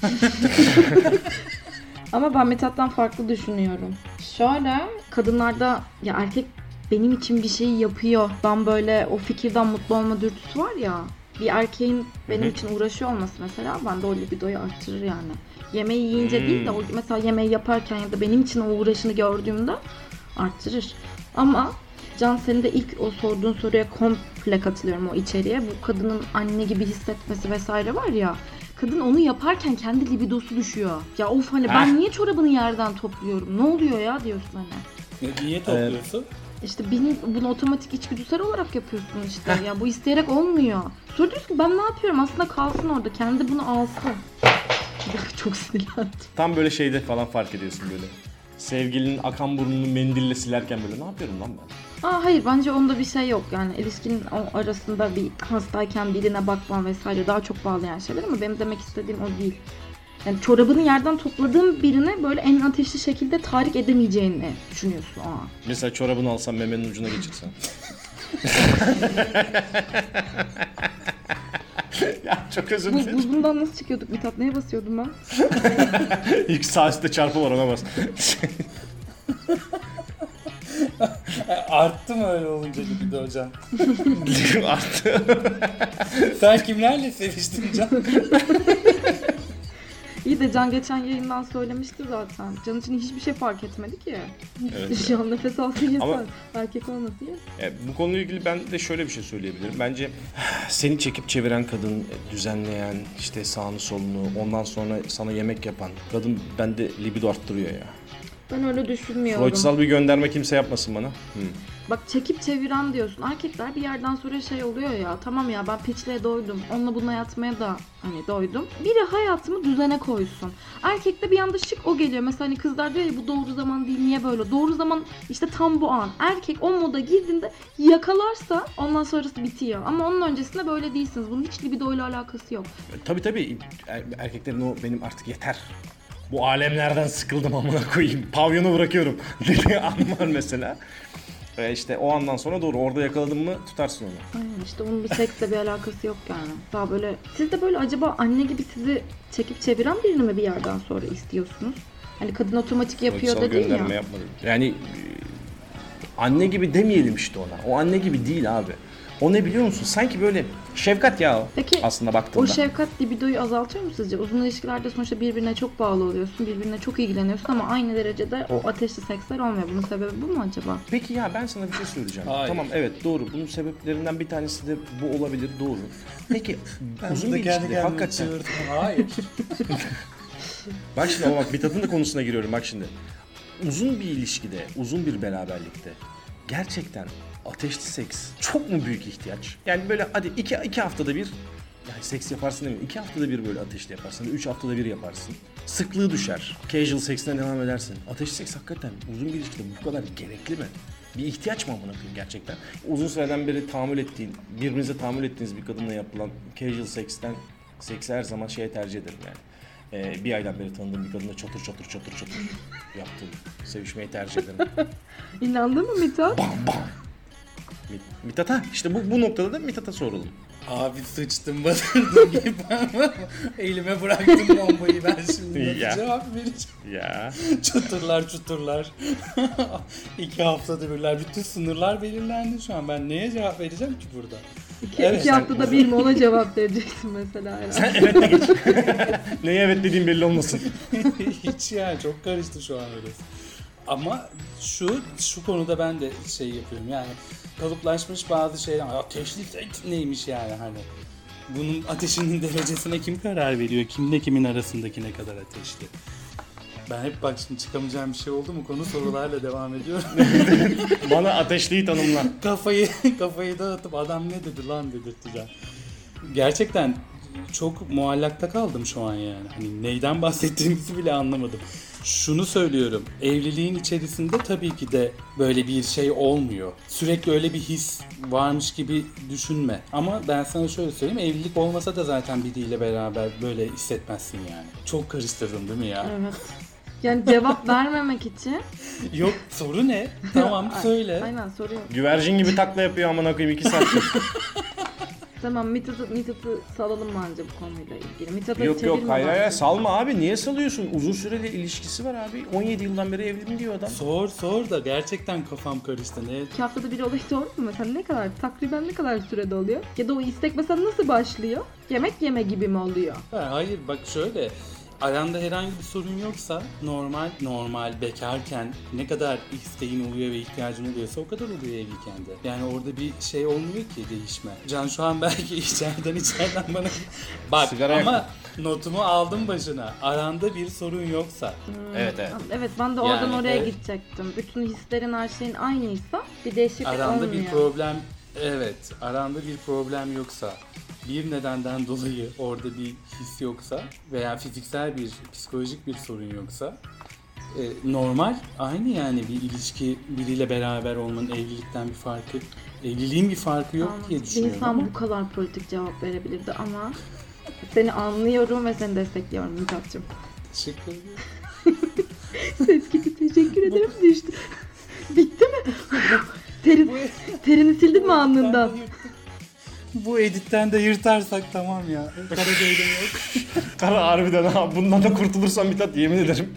[SPEAKER 2] Ama ben Mithat'tan farklı düşünüyorum. Şöyle, kadınlarda ya erkek benim için bir şey yapıyor, ben böyle o fikirden mutlu olma dürtüsü var ya. Bir erkeğin benim
[SPEAKER 3] Hı-hı.
[SPEAKER 2] için uğraşıyor olması mesela bende o libidoyu arttırır yani. Yemeği yiyince değil de mesela yemeği yaparken ya da benim için o uğraşını gördüğümde arttırır. Ama Can, senin de ilk o sorduğun soruya komple katılıyorum, o içeriğe. Bu kadının anne gibi hissetmesi vesaire var ya. Kadın onu yaparken kendi libidosu düşüyor. Ya of, hani ben niye çorabını yerden topluyorum? Ne oluyor ya diyorsun hani.
[SPEAKER 1] Niye topluyorsun?
[SPEAKER 2] İşte bunu otomatik içgüdüsel olarak yapıyorsun işte. Ya bu isteyerek olmuyor. Sonra diyorsun ki ben ne yapıyorum? Aslında kalsın orada. Kendi bunu alsın. Çok sinirlendim.
[SPEAKER 3] Tam böyle şeyde falan fark ediyorsun böyle. Sevgilinin akan burnunu mendille silerken böyle ne yapıyorum lan ben?
[SPEAKER 2] Hayır, bence onda bir şey yok yani ilişkinin arasında bir hastayken birine bakma vesaire daha çok bağlayan şeyler, ama benim demek istediğim o değil. Yani çorabını yerden topladığın birine böyle en ateşli şekilde tahrik edemeyeceğini düşünüyorsun o an.
[SPEAKER 3] Mesela çorabını alsam memenin ucuna geçirsen. Ya çok özür dilerim.
[SPEAKER 2] Bundan nasıl çıkıyorduk Mithat? Neye basıyordum ben?
[SPEAKER 3] İlk sağ üstte çarpı var, ona bas.
[SPEAKER 1] Arttı mı öyle olunca libido hocam?
[SPEAKER 3] Arttı.
[SPEAKER 1] Sen kimlerle seviştin Can?
[SPEAKER 2] İyi de Can geçen yayından söylemişti zaten. Can için hiçbir şey fark etmedi ki.
[SPEAKER 3] Evet.
[SPEAKER 2] Şu an nefes alsın yeter.
[SPEAKER 3] Ama-
[SPEAKER 2] Erkek olmasın yeter.
[SPEAKER 3] Bu konuyla ilgili ben de şöyle bir şey söyleyebilirim. Bence seni çekip çeviren kadın, düzenleyen, işte sağını solunu, ondan sonra sana yemek yapan kadın bende libido arttırıyor ya.
[SPEAKER 2] Ben öyle düşünmüyorum.
[SPEAKER 3] Freudsal bir gönderme kimse yapmasın bana.
[SPEAKER 2] Bak, çekip çeviren diyorsun. Erkekler bir yerden sonra şey oluyor ya. Tamam ya, ben piçliğe doydum. Onunla bununla yatmaya da hani doydum. Biri hayatımı düzene koysun. Erkekte bir anda şık o geliyor. Mesela hani kızlar diyor ya, bu doğru zaman değil, niye böyle? Doğru zaman işte tam bu an. Erkek o moda girdiğinde yakalarsa ondan sonrası bitiyor. Ama onun öncesinde böyle değilsiniz. Bunun hiç libidoyla alakası yok.
[SPEAKER 3] Tabii erkeklerin o benim artık yeter. Bu alemlerden sıkıldım amına koyayım. Pavyonu bırakıyorum dediği an var mesela. İşte o andan sonra doğru orada yakaladın mı tutarsın onu.
[SPEAKER 2] Aynen, işte onun bir seksle bir alakası yok yani. Daha böyle, siz de böyle acaba anne gibi sizi çekip çeviren birini mi bir yerden sonra istiyorsunuz? Hani kadın otomatik yapıyor
[SPEAKER 3] Freudsal
[SPEAKER 2] dedin
[SPEAKER 3] gönderme
[SPEAKER 2] ya.
[SPEAKER 3] yapmadım. Yani anne gibi demeyelim işte ona. O anne gibi değil abi. O ne biliyor musun? Sanki böyle şefkat ya o.
[SPEAKER 2] Peki,
[SPEAKER 3] Aslında baktığında.
[SPEAKER 2] O şefkat libidoyu azaltıyor mu sizce? Uzun ilişkilerde sonuçta birbirine çok bağlı oluyorsun, birbirine çok ilgileniyorsun ama aynı derecede o ateşli seksler olmuyor. Bunun sebebi bu mu acaba?
[SPEAKER 3] Peki ya ben sana bir şey söyleyeceğim.
[SPEAKER 1] Hayır.
[SPEAKER 3] Tamam, evet, doğru. Bunun sebeplerinden bir tanesi de bu olabilir, doğru. Peki uzun bir ilişkide hakikaten.
[SPEAKER 1] Hayır.
[SPEAKER 3] Bak şimdi ama bak Mithat'ın da konusuna giriyorum bak şimdi. Uzun bir ilişkide, uzun bir beraberlikte gerçekten ateşli seks çok mu büyük ihtiyaç? Yani böyle hadi iki haftada bir, yani seks yaparsın değil mi? 2 haftada bir böyle ateşli yaparsın, 3 haftada bir yaparsın. Sıklığı düşer. Casual seksine devam edersin. Ateşli seks hakikaten uzun bir ilişkide bu kadar gerekli mi? Bir ihtiyaç mı amına koyayım gerçekten? Uzun süreden beri tahammül ettiğin, birbirinize tahammül ettiğiniz bir kadınla yapılan casual seksi her zaman tercih ederim yani. Bir aydan beri tanıdığım bir kadınla çatır yaptığım sevişmeyi tercih ederim.
[SPEAKER 2] İnandın mı Mithat?
[SPEAKER 3] Bam bam. Mithat'a işte bu noktada da Mithat'a soralım.
[SPEAKER 1] Abi sıçtım batırdım gibi ama elime bıraktım bombayı, ben şimdi
[SPEAKER 3] Ya.
[SPEAKER 1] nasıl cevap vereceğim?
[SPEAKER 3] Ya.
[SPEAKER 1] Çuturlar. 2 haftada birler, bütün sınırlar belirlendi şu an. Ben neye cevap vereceğim ki burada?
[SPEAKER 2] İki haftada bir mi ona cevap vereceksin mesela herhalde.
[SPEAKER 3] Sen evet de geç. Neye evet dediğin belli olmasın.
[SPEAKER 1] Hiç yani, çok karıştı şu an orası. Ama şu konuda ben de şey yapıyorum yani, kalıplaşmış bazı şeyler. Ateşli seks neymiş yani hani. Bunun ateşinin derecesine kim karar veriyor? Kimle kimin arasındaki ne kadar ateşli? Ben hep bak şimdi çıkamayacağım bir şey oldu mu konu sorularla devam ediyorum.
[SPEAKER 3] Bana ateşliyi tanımla.
[SPEAKER 1] kafayı dağıtıp adam ne dedi lan dedirteceğim. Gerçekten çok muallakta kaldım şu an yani. Hani neyden bahsettiğimizi bile anlamadım. Şunu söylüyorum. Evliliğin içerisinde tabii ki de böyle bir şey olmuyor. Sürekli öyle bir his varmış gibi düşünme. Ama ben sana şöyle söyleyeyim. Evlilik olmasa da zaten biriyle beraber böyle hissetmezsin yani. Çok karıştırdım değil mi ya?
[SPEAKER 2] Evet. Yani cevap vermemek için.
[SPEAKER 1] Yok, soru ne? Tamam söyle.
[SPEAKER 2] Aynen, soruyor.
[SPEAKER 3] Güvercin gibi takla yapıyor amına koyayım 2 saattir.
[SPEAKER 2] Tamam, Mithat'ı salalım bence bu konuyla ilgili. Mithat'ı
[SPEAKER 3] Yok
[SPEAKER 2] çevirme
[SPEAKER 3] hayır
[SPEAKER 2] bence.
[SPEAKER 3] salma abi, niye salıyorsun? Uzun süreli ilişkisi var abi. 17 yıldan beri evliyim diyor adam.
[SPEAKER 1] Sor da gerçekten kafam karıştı. Ne?
[SPEAKER 2] 2 haftada bir olayı doğru mu? Mesela ne kadar, takriben ne kadar sürede oluyor? Ya da o istek mesela nasıl başlıyor? Yemek yeme gibi mi oluyor?
[SPEAKER 1] Hayır bak şöyle. Aranda herhangi bir sorun yoksa normal bekarken ne kadar isteğin oluyor ve ihtiyacın oluyorsa o kadar oluyor evliyken de. Yani orada bir şey olmuyor ki, değişme. Can şu an belki içeriden bana bak
[SPEAKER 3] Sigara
[SPEAKER 1] ama
[SPEAKER 3] yaktım.
[SPEAKER 1] notumu aldım başına. Aranda bir sorun yoksa.
[SPEAKER 3] Evet.
[SPEAKER 2] Evet, ben de oradan
[SPEAKER 1] Yani
[SPEAKER 2] oraya
[SPEAKER 1] evet.
[SPEAKER 2] gidecektim. Bütün hislerin, her şeyin aynıysa bir değişiklik
[SPEAKER 1] Aranda
[SPEAKER 2] olmuyor.
[SPEAKER 1] bir problem, evet, aranda bir problem yoksa, bir nedenden dolayı orada bir his yoksa veya fiziksel bir, psikolojik bir sorun yoksa normal, aynı yani bir ilişki, biriyle beraber olmanın evlilikten bir farkı, evliliğin bir farkı yok
[SPEAKER 2] Anladım.
[SPEAKER 1] diye
[SPEAKER 2] Bir
[SPEAKER 1] düşünüyorum
[SPEAKER 2] insan
[SPEAKER 1] ama
[SPEAKER 2] bu kadar politik cevap verebilirdi ama seni anlıyorum ve seni destekliyorum Mithat'cığım.
[SPEAKER 1] teşekkür ederim.
[SPEAKER 2] Ses gibi teşekkür ederim düştü. Bitti mi? Terini sildin mi alnından?
[SPEAKER 1] Bu editten de yırtarsak tamam ya. Kara değilim yok.
[SPEAKER 3] Kara harbiden ha, bundan da kurtulursam Mithat, yemin ederim.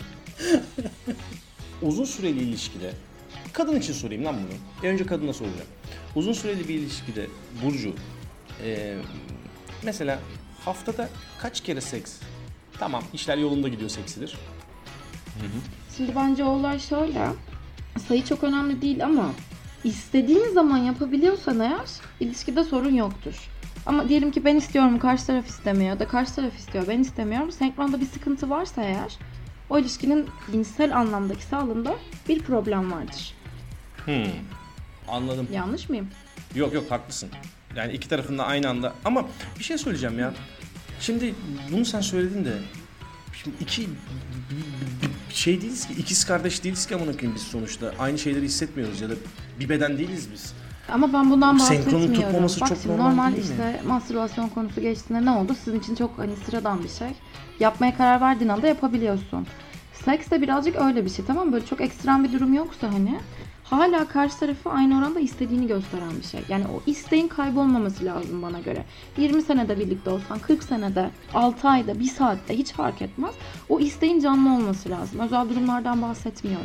[SPEAKER 3] Uzun süreli ilişkide, kadın için sorayım lan bunu. Önce kadına soracağım. Uzun süreli bir ilişkide Burcu, mesela haftada kaç kere seks? Tamam, işler yolunda gidiyor, seksidir.
[SPEAKER 2] Şimdi bence o olay şöyle. Sayı çok önemli değil ama istediğin zaman yapabiliyorsan eğer ilişkide sorun yoktur. Ama diyelim ki ben istiyorum, karşı taraf istemiyor ya da karşı taraf istiyor, ben istemiyorum. Senkronda bir sıkıntı varsa eğer o ilişkinin cinsel anlamdaki sağlığında bir problem vardır.
[SPEAKER 3] Anladım.
[SPEAKER 2] Yanlış mıyım?
[SPEAKER 3] Yok haklısın. Yani iki tarafında aynı anda. Ama bir şey söyleyeceğim ya. Şimdi bunu sen söyledin de, şimdi şey değiliz ki, ikiz kardeş değiliz ki amına koyayım biz sonuçta. Aynı şeyleri hissetmiyoruz ya da bir beden değiliz biz.
[SPEAKER 2] Ama ben bundan
[SPEAKER 3] Senkronun
[SPEAKER 2] bahsetmiyorum.
[SPEAKER 3] tutmaması
[SPEAKER 2] Bak
[SPEAKER 3] çok
[SPEAKER 2] şimdi
[SPEAKER 3] normal değil
[SPEAKER 2] işte mastürbasyon konusu geçtiğinde ne oldu? Sizin için çok sıradan bir şey. Yapmaya karar verdiğin anda yapabiliyorsun. Seks de birazcık öyle bir şey, tamam mı? Böyle çok ekstrem bir durum yoksa hala karşı tarafı aynı oranda istediğini gösteren bir şey. Yani o isteğin kaybolmaması lazım bana göre. 20 senede birlikte olsan, 40 senede, 6 ayda, 1 saatte hiç fark etmez. O isteğin canlı olması lazım. Özel durumlardan bahsetmiyorum.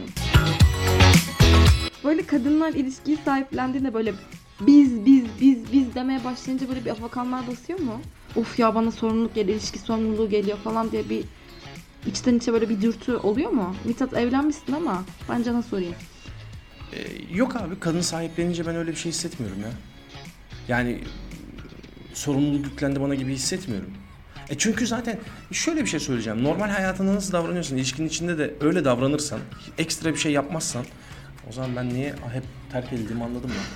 [SPEAKER 2] Böyle kadınlar ilişkiyi sahiplendiğinde böyle biz demeye başlayınca böyle bir afakanlar basıyor mu? Of ya, bana sorumluluk geliyor, ilişki sorumluluğu geliyor falan diye bir içten içe böyle bir dürtü oluyor mu? Mithat, evlenmişsin ama ben Can'a sorayım.
[SPEAKER 3] Yok abi, kadın sahiplenince ben öyle bir şey hissetmiyorum ya. Yani sorumluluk yüklendi bana gibi hissetmiyorum. Çünkü zaten şöyle bir şey söyleyeceğim. Normal hayatında nasıl davranıyorsan, ilişkinin içinde de öyle davranırsan, ekstra bir şey yapmazsan, o zaman ben niye hep terk edildiğimi anladım ya.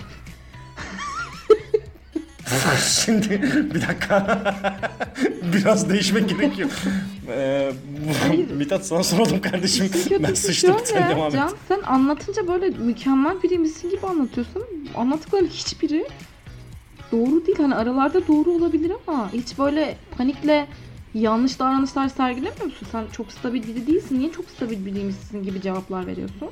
[SPEAKER 3] Şimdi bir dakika. Biraz değişmek gerekiyor. Mithat, sana soralım kardeşim. Ben sıçtım, sen devam et.
[SPEAKER 2] Can, sen anlatınca böyle mükemmel biriymişsin gibi anlatıyorsun. Anlattıkların hiçbiri doğru değil. Hani aralarda doğru olabilir ama hiç böyle panikle yanlış davranışlar sergilemiyor musun? Sen çok stabil biri değilsin. Niye çok stabil biriymişsin gibi cevaplar veriyorsun?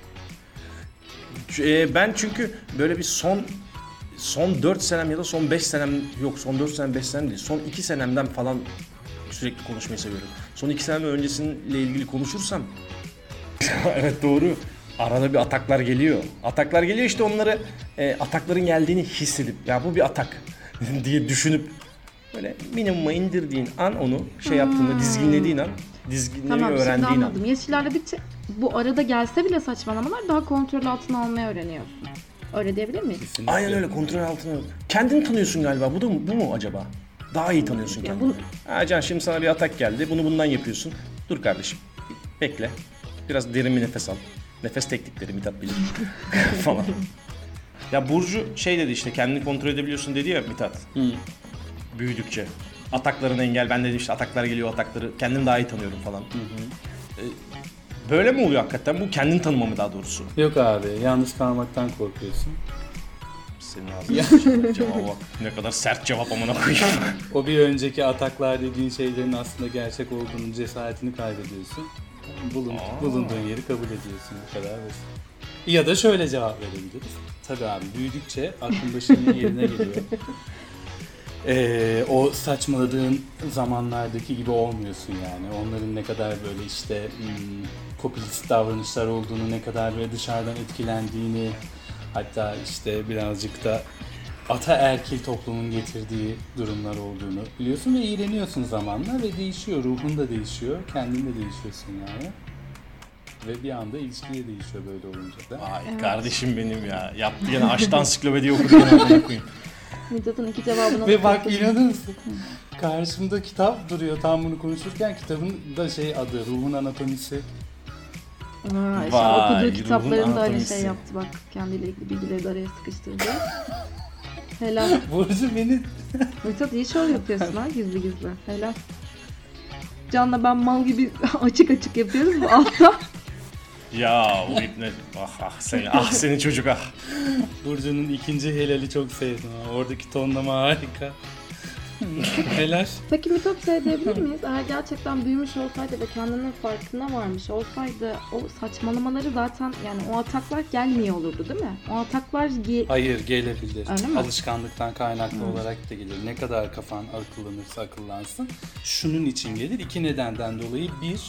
[SPEAKER 3] Ben çünkü böyle bir son 4 senem ya da son 5 senem, yok son 4 senem 5 senem değil, son 2 senemden falan sürekli konuşmayı seviyorum. Son 2 senem öncesiyle ilgili konuşursam evet doğru, arada bir ataklar geliyor. Ataklar geliyor, işte onları atakların geldiğini hissedip ya bu bir atak diye düşünüp böyle minimuma indirdiğin an, onu şey yaptığında, dizginlediğin an, dizginleri
[SPEAKER 2] Tamam, şimdi
[SPEAKER 3] öğrendiğin an.
[SPEAKER 2] anladım. Yaş ilerledikçe bu arada gelse bile saçmalamalar daha kontrol altına almayı öğreniyorsun. Öyle diyebilir miyiz?
[SPEAKER 1] Kesinlikle.
[SPEAKER 3] Aynen öyle, kontrol altına yok. Kendini tanıyorsun galiba. Bu mu acaba? Daha iyi tanıyorsun
[SPEAKER 2] Ya
[SPEAKER 3] kendini. Can, şimdi sana bir atak geldi. Bunu bundan yapıyorsun. Dur kardeşim. Bekle. Biraz derin bir nefes al. Nefes teknikleri Mithat bilir. falan. Ya Burcu şey dedi işte, kendini kontrol edebiliyorsun dedi ya Mithat. Büyüdükçe. Atakların engel. Ben dedim işte ataklar geliyor, atakları. Kendimi daha iyi tanıyorum falan. Böyle mi oluyor hakikaten? Bu kendini tanıma mı daha doğrusu?
[SPEAKER 1] Yok abi, yalnız kalmaktan korkuyorsun.
[SPEAKER 3] Senin ağzına cevaba bak. Ne kadar sert cevap amına koyayım.
[SPEAKER 1] O bir önceki ataklar dediğin şeylerin aslında gerçek olduğunu, cesaretini kaybediyorsun. Bulunduğun yeri kabul ediyorsun, bu kadar basit. Ya da şöyle cevap verebiliriz. Tabii abi, büyüdükçe aklın başının yerine geliyor. O saçmaladığın zamanlardaki gibi olmuyorsun yani. Onların ne kadar böyle işte popülist davranışlar olduğunu, ne kadar böyle dışarıdan etkilendiğini, hatta işte birazcık da ataerkil toplumun getirdiği durumlar olduğunu biliyorsun ve iğreniyorsun zamanla ve değişiyor. Ruhun da değişiyor, kendin de değişiyorsun yani. Ve bir anda ilişki de değişiyor böyle olunca da.
[SPEAKER 3] Vay
[SPEAKER 2] Evet.
[SPEAKER 3] kardeşim benim ya. Yaptı yine açtı ansiklopediyi okudu gene amına koyayım.
[SPEAKER 2] Mithat'ın iki cevabına
[SPEAKER 1] Ve
[SPEAKER 2] da
[SPEAKER 1] bak
[SPEAKER 2] katıldım.
[SPEAKER 1] inanır mısın? Karşımda kitap duruyor tam bunu konuşurken, kitabın da adı Ruhun Anatomisi.
[SPEAKER 2] Ha, işte
[SPEAKER 3] Vay,
[SPEAKER 2] okuduğu
[SPEAKER 3] ruhun
[SPEAKER 2] kitaplarında öyle
[SPEAKER 3] anatomisi.
[SPEAKER 2] şey yaptı bak. Kendiyle ilgili bilgileri de araya sıkıştırdı. Helal.
[SPEAKER 1] Burcu beni
[SPEAKER 2] Mithat iyi şov yapıyorsun ha gizli gizli. Helal. Can'la ben mal gibi açık açık yapıyoruz bu altta.
[SPEAKER 3] Ya o ipne seni çocuk ah.
[SPEAKER 1] Burcu'nun ikinci helali çok sevdim. Ha. Oradaki tonlama harika. Helal.
[SPEAKER 2] Peki Mithat şey diyebilir miyiz? Eğer gerçekten büyümüş olsaydı ve kendinin farkına varmış olsaydı o saçmalamaları zaten yani o ataklar gelmiyor olurdu değil mi? O ataklar
[SPEAKER 1] Hayır, gelebilir.
[SPEAKER 2] Öyle mi?
[SPEAKER 1] Alışkanlıktan kaynaklı olarak da gelir. Ne kadar kafan akıllanırsa akıllansın. Şunun için gelir. İki nedenden dolayı. Bir,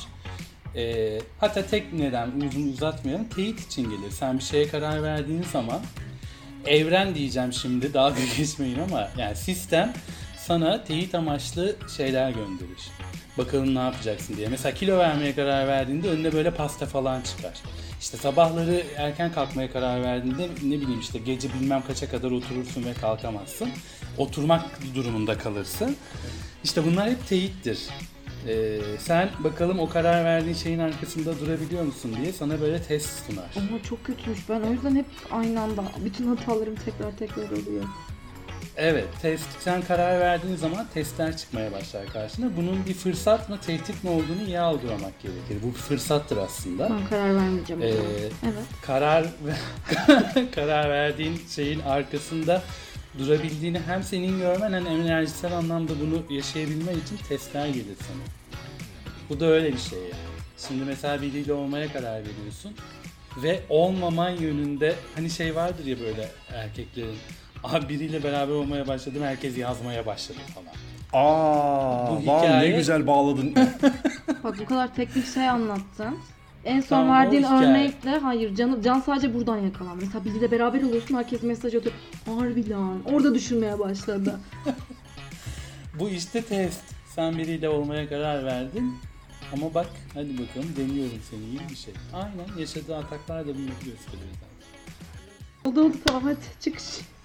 [SPEAKER 1] hatta tek neden, uzun uzatmayalım, teyit için gelir. Sen bir şeye karar verdiğin zaman evren diyeceğim şimdi, dalga geçmeyin ama yani sistem sana teyit amaçlı şeyler gönderir. Bakalım ne yapacaksın diye. Mesela kilo vermeye karar verdiğinde önüne böyle pasta falan çıkar. İşte sabahları erken kalkmaya karar verdiğinde ne bileyim işte gece bilmem kaça kadar oturursun ve kalkamazsın. Oturmak durumunda kalırsın. İşte bunlar hep teyittir. Sen bakalım o karar verdiğin şeyin arkasında durabiliyor musun diye sana böyle test sunar.
[SPEAKER 2] Ama çok kötüymüş. Ben o yüzden hep aynı anda bütün hatalarım tekrar oluyor.
[SPEAKER 1] Evet, sen karar verdiğin zaman testler çıkmaya başlar karşına. Bunun bir fırsat mı, tehdit mi olduğunu iyi algılamak gerekir. Bu bir fırsattır aslında.
[SPEAKER 2] Ben karar vermeyeceğim. o zaman. Evet.
[SPEAKER 1] Karar verdiğin şeyin arkasında durabildiğini hem senin görmen hem enerjisel anlamda bunu yaşayabilmen için testler gelir sana. Bu da öyle bir şey yani. Şimdi mesela biriyle olmaya karar veriyorsun ve olmaman yönünde hani şey vardır ya böyle erkeklerin, abi biriyle beraber olmaya başladım, herkes yazmaya başladı falan.
[SPEAKER 3] Aa,
[SPEAKER 1] Bu
[SPEAKER 3] lan
[SPEAKER 1] hikaye-
[SPEAKER 3] ne güzel bağladın.
[SPEAKER 2] Bak bu kadar teknik şey anlattın. En son
[SPEAKER 1] Tamam,
[SPEAKER 2] verdiğin
[SPEAKER 1] o hikaye.
[SPEAKER 2] örnekle hayır Can sadece buradan yakalan. Mesela biriyle beraber oluyorsun herkes mesaj atıyor. Harbi lan. Orada düşünmeye başladı.
[SPEAKER 1] Bu işte test. Sen biriyle olmaya karar verdin. Ama bak hadi bakalım deniyorum seni, iyi bir şey. Aynen, yaşadığı ataklar da bunu gösteriyor zaten.
[SPEAKER 2] Oldu tamam hadi çıkış.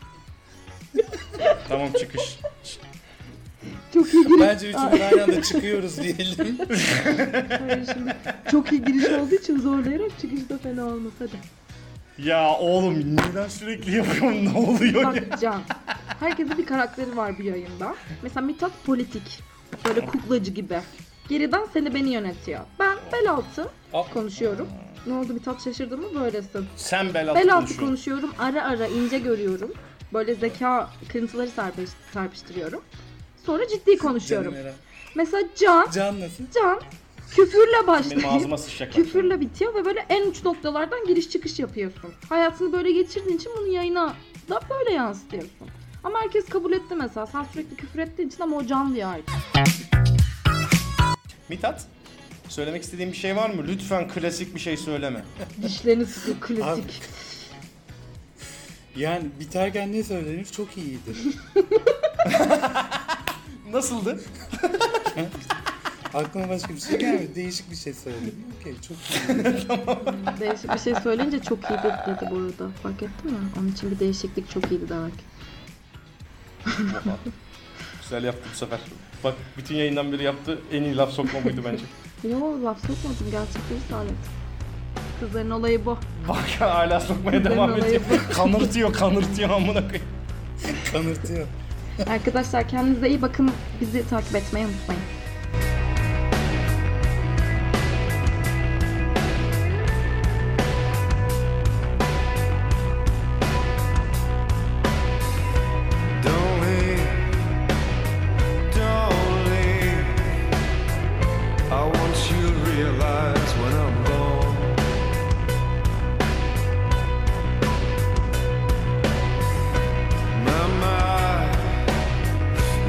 [SPEAKER 3] Tamam çıkış.
[SPEAKER 2] Çok iyi giriş.
[SPEAKER 1] Bence üçümüz aynı anda çıkıyoruz diyelim.
[SPEAKER 2] Hayır, şimdi çok iyi giriş olduğu için zorlayarak çıkışta fena olmaz hadi.
[SPEAKER 3] Ya oğlum neden sürekli yapıyorum, ne oluyor ya?
[SPEAKER 2] Bak Can. Herkesin bir karakteri var bir yayında. Mesela Mithat politik. Böyle kuklacı gibi. Geriden seni beni yönetiyor. Ben bel altı konuşuyorum. Ne oldu Mithat, şaşırdın mı? Böylesin.
[SPEAKER 3] Sen bel altı
[SPEAKER 2] Bel altı
[SPEAKER 3] konuşuyorsun.
[SPEAKER 2] konuşuyorum. Ara ara ince görüyorum. Böyle zeka kırıntıları serpiştiriyorum. Sonra ciddi konuşuyorum.
[SPEAKER 1] Canım Eren.
[SPEAKER 2] Mesela Can
[SPEAKER 1] Nasıl?
[SPEAKER 2] küfürle
[SPEAKER 3] Benim
[SPEAKER 2] başlıyor.
[SPEAKER 3] ağzıma sıçacak.
[SPEAKER 2] Küfürle bitiyor ve böyle en uç noktalardan giriş çıkış yapıyorsun. Hayatını böyle geçirdiğin için bunu yayına da böyle yansıtıyorsun. Ama herkes kabul etti mesela. Sen sürekli küfür ettiğin için ama o Can diye ait.
[SPEAKER 3] Mithat, söylemek istediğin bir şey var mı? Lütfen klasik bir şey söyleme.
[SPEAKER 2] Dişlerini sıkıyor klasik.
[SPEAKER 1] Yani biterken ne söylenir çok iyiydi.
[SPEAKER 3] Nasıldı?
[SPEAKER 1] Aklıma başka bir şey gelmedi. Değişik bir şey söyledim. Okey, çok iyi.
[SPEAKER 2] Değişik bir şey söyleyince çok iyi dedi bu arada. Fark ettin mi? Onun için bir değişiklik çok iyiydi demek.
[SPEAKER 3] Oha. Güzel yaptı bu sefer. Bak bütün yayından beri yaptı en iyi laf sokma buydu bence.
[SPEAKER 2] Yo laf sokmadım. Gerçekleri söyledim. Kızların olayı bu.
[SPEAKER 3] Bak hala sokmaya
[SPEAKER 2] Benim
[SPEAKER 3] devam
[SPEAKER 2] olayım
[SPEAKER 3] ediyor. Kanırtıyor amına koyayım.
[SPEAKER 1] Kanırtıyor.
[SPEAKER 2] Arkadaşlar kendinize iyi bakın. Bizi takip etmeyi unutmayın.
[SPEAKER 4] Don't leave, don't leave. I want you to realize when I'm gone. My mind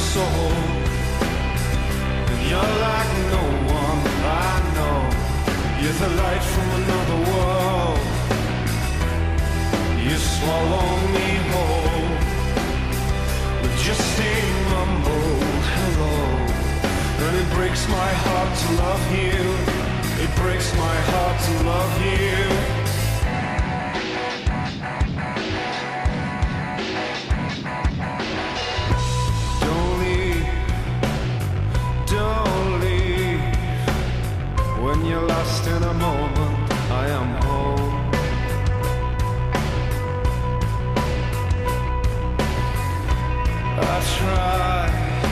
[SPEAKER 4] soul. And you're like no one I know. You're the light from another world. You swallow me whole with just a mumbled hello. And it breaks my heart to love you. It breaks my heart to love you. Don't leave, don't leave. When you're lost in a moment, I am home. I try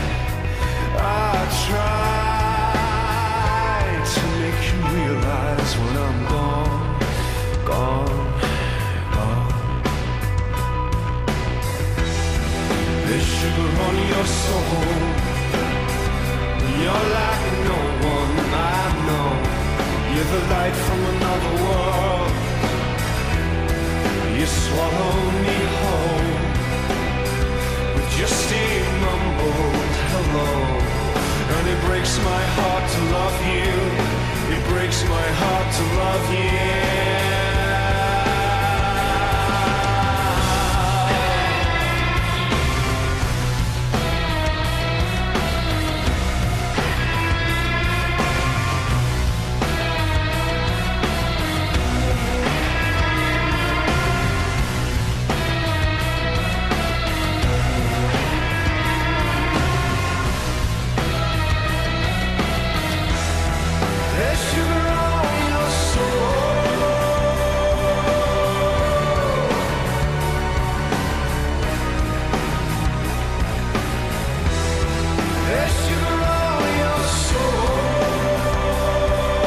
[SPEAKER 4] to make you realize when I'm gone, gone, gone. There's sugar on your soul. You're like no one I know. You're the light from another world. You swallow me whole with just a mumbled hello. And it breaks my heart to love you. It breaks my heart to love you. There's sugar on your soul. There's sugar on your soul.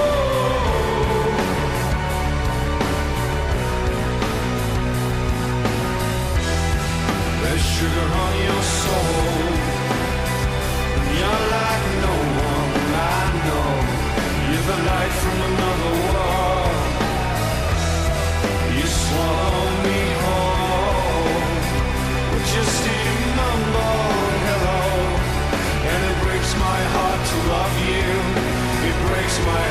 [SPEAKER 4] There's sugar on your soul. You're like no one I know. You're the light from another world. You swallow me whole with just a mumbled hello. And it breaks my heart to love you. It breaks my